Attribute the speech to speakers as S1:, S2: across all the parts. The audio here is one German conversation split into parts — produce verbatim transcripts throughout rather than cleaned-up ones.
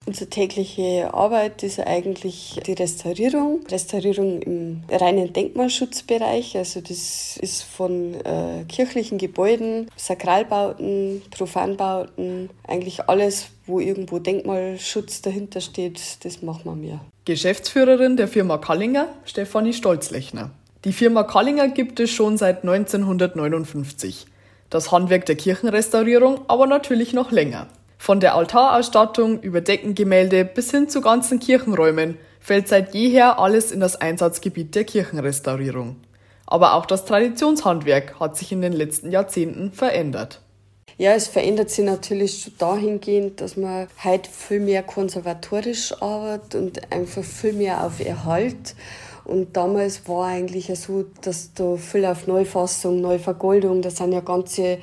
S1: Unsere tägliche Arbeit ist eigentlich die Restaurierung. Restaurierung im reinen Denkmalschutzbereich. Also das ist von äh, kirchlichen Gebäuden, Sakralbauten, Profanbauten, eigentlich alles, wo irgendwo Denkmalschutz dahinter steht, das machen wir.
S2: Geschäftsführerin der Firma Kallinger, Stefanie Stolzlechner. Die Firma Kallinger gibt es schon seit neunzehnhundertneunundfünfzig. Das Handwerk der Kirchenrestaurierung aber natürlich noch länger. Von der Altarausstattung über Deckengemälde bis hin zu ganzen Kirchenräumen fällt seit jeher alles in das Einsatzgebiet der Kirchenrestaurierung. Aber auch das Traditionshandwerk hat sich in den letzten Jahrzehnten verändert.
S1: Ja, es verändert sich natürlich schon dahingehend, dass man heute viel mehr konservatorisch arbeitet und einfach viel mehr auf Erhalt. Und damals war eigentlich so, dass da viel auf Neufassung, Neuvergoldung, da sind ja ganze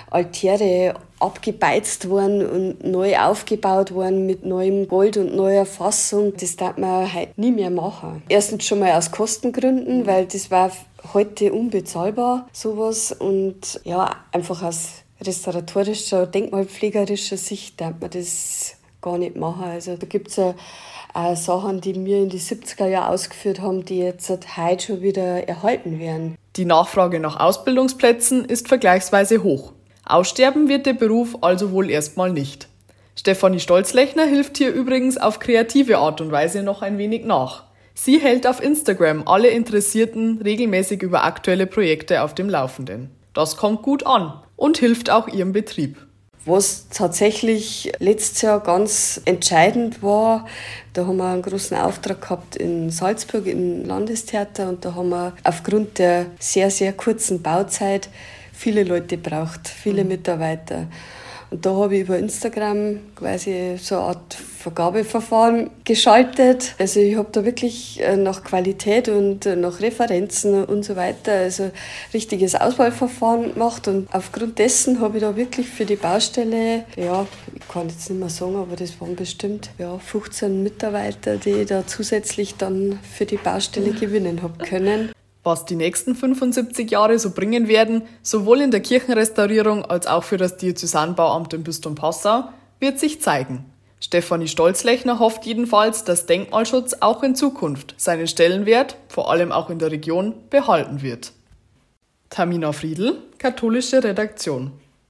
S1: Altäre abgebeizt worden und neu aufgebaut worden mit neuem Gold und neuer Fassung. Das darf man heute nie mehr machen. Erstens schon mal aus Kostengründen, weil das war heute unbezahlbar, sowas. Und ja, einfach aus restauratorischer, denkmalpflegerischer Sicht darf man das gar nicht machen. Also da gibt es ja auch Sachen, die wir in die siebziger Jahre ausgeführt haben, die jetzt heute schon wieder erhalten werden.
S2: Die Nachfrage nach Ausbildungsplätzen ist vergleichsweise hoch. Aussterben wird der Beruf also wohl erstmal nicht. Stefanie Stolzlechner hilft hier übrigens auf kreative Art und Weise noch ein wenig nach. Sie hält auf Instagram alle Interessierten regelmäßig über aktuelle Projekte auf dem Laufenden. Das kommt gut an und hilft auch ihrem Betrieb.
S1: Was tatsächlich letztes Jahr ganz entscheidend war, da haben wir einen großen Auftrag gehabt in Salzburg im Landestheater und da haben wir aufgrund der sehr, sehr kurzen Bauzeit viele Leute braucht, viele Mitarbeiter. Und da habe ich über Instagram quasi so eine Art Vergabeverfahren geschaltet. Also ich habe da wirklich nach Qualität und nach Referenzen und so weiter, also richtiges Auswahlverfahren gemacht. Und aufgrund dessen habe ich da wirklich für die Baustelle, ja, ich kann jetzt nicht mehr sagen, aber das waren bestimmt ja, fünfzehn Mitarbeiter, die ich da zusätzlich dann für die Baustelle gewinnen habe können.
S2: Was die nächsten fünfundsiebzig Jahre so bringen werden, sowohl in der Kirchenrestaurierung als auch für das Diözesanbauamt im Bistum Passau, wird sich zeigen. Stefanie Stolzlechner hofft jedenfalls, dass Denkmalschutz auch in Zukunft seinen Stellenwert, vor allem auch in der Region, behalten wird. Tamina Friedl, Katholische Redaktion.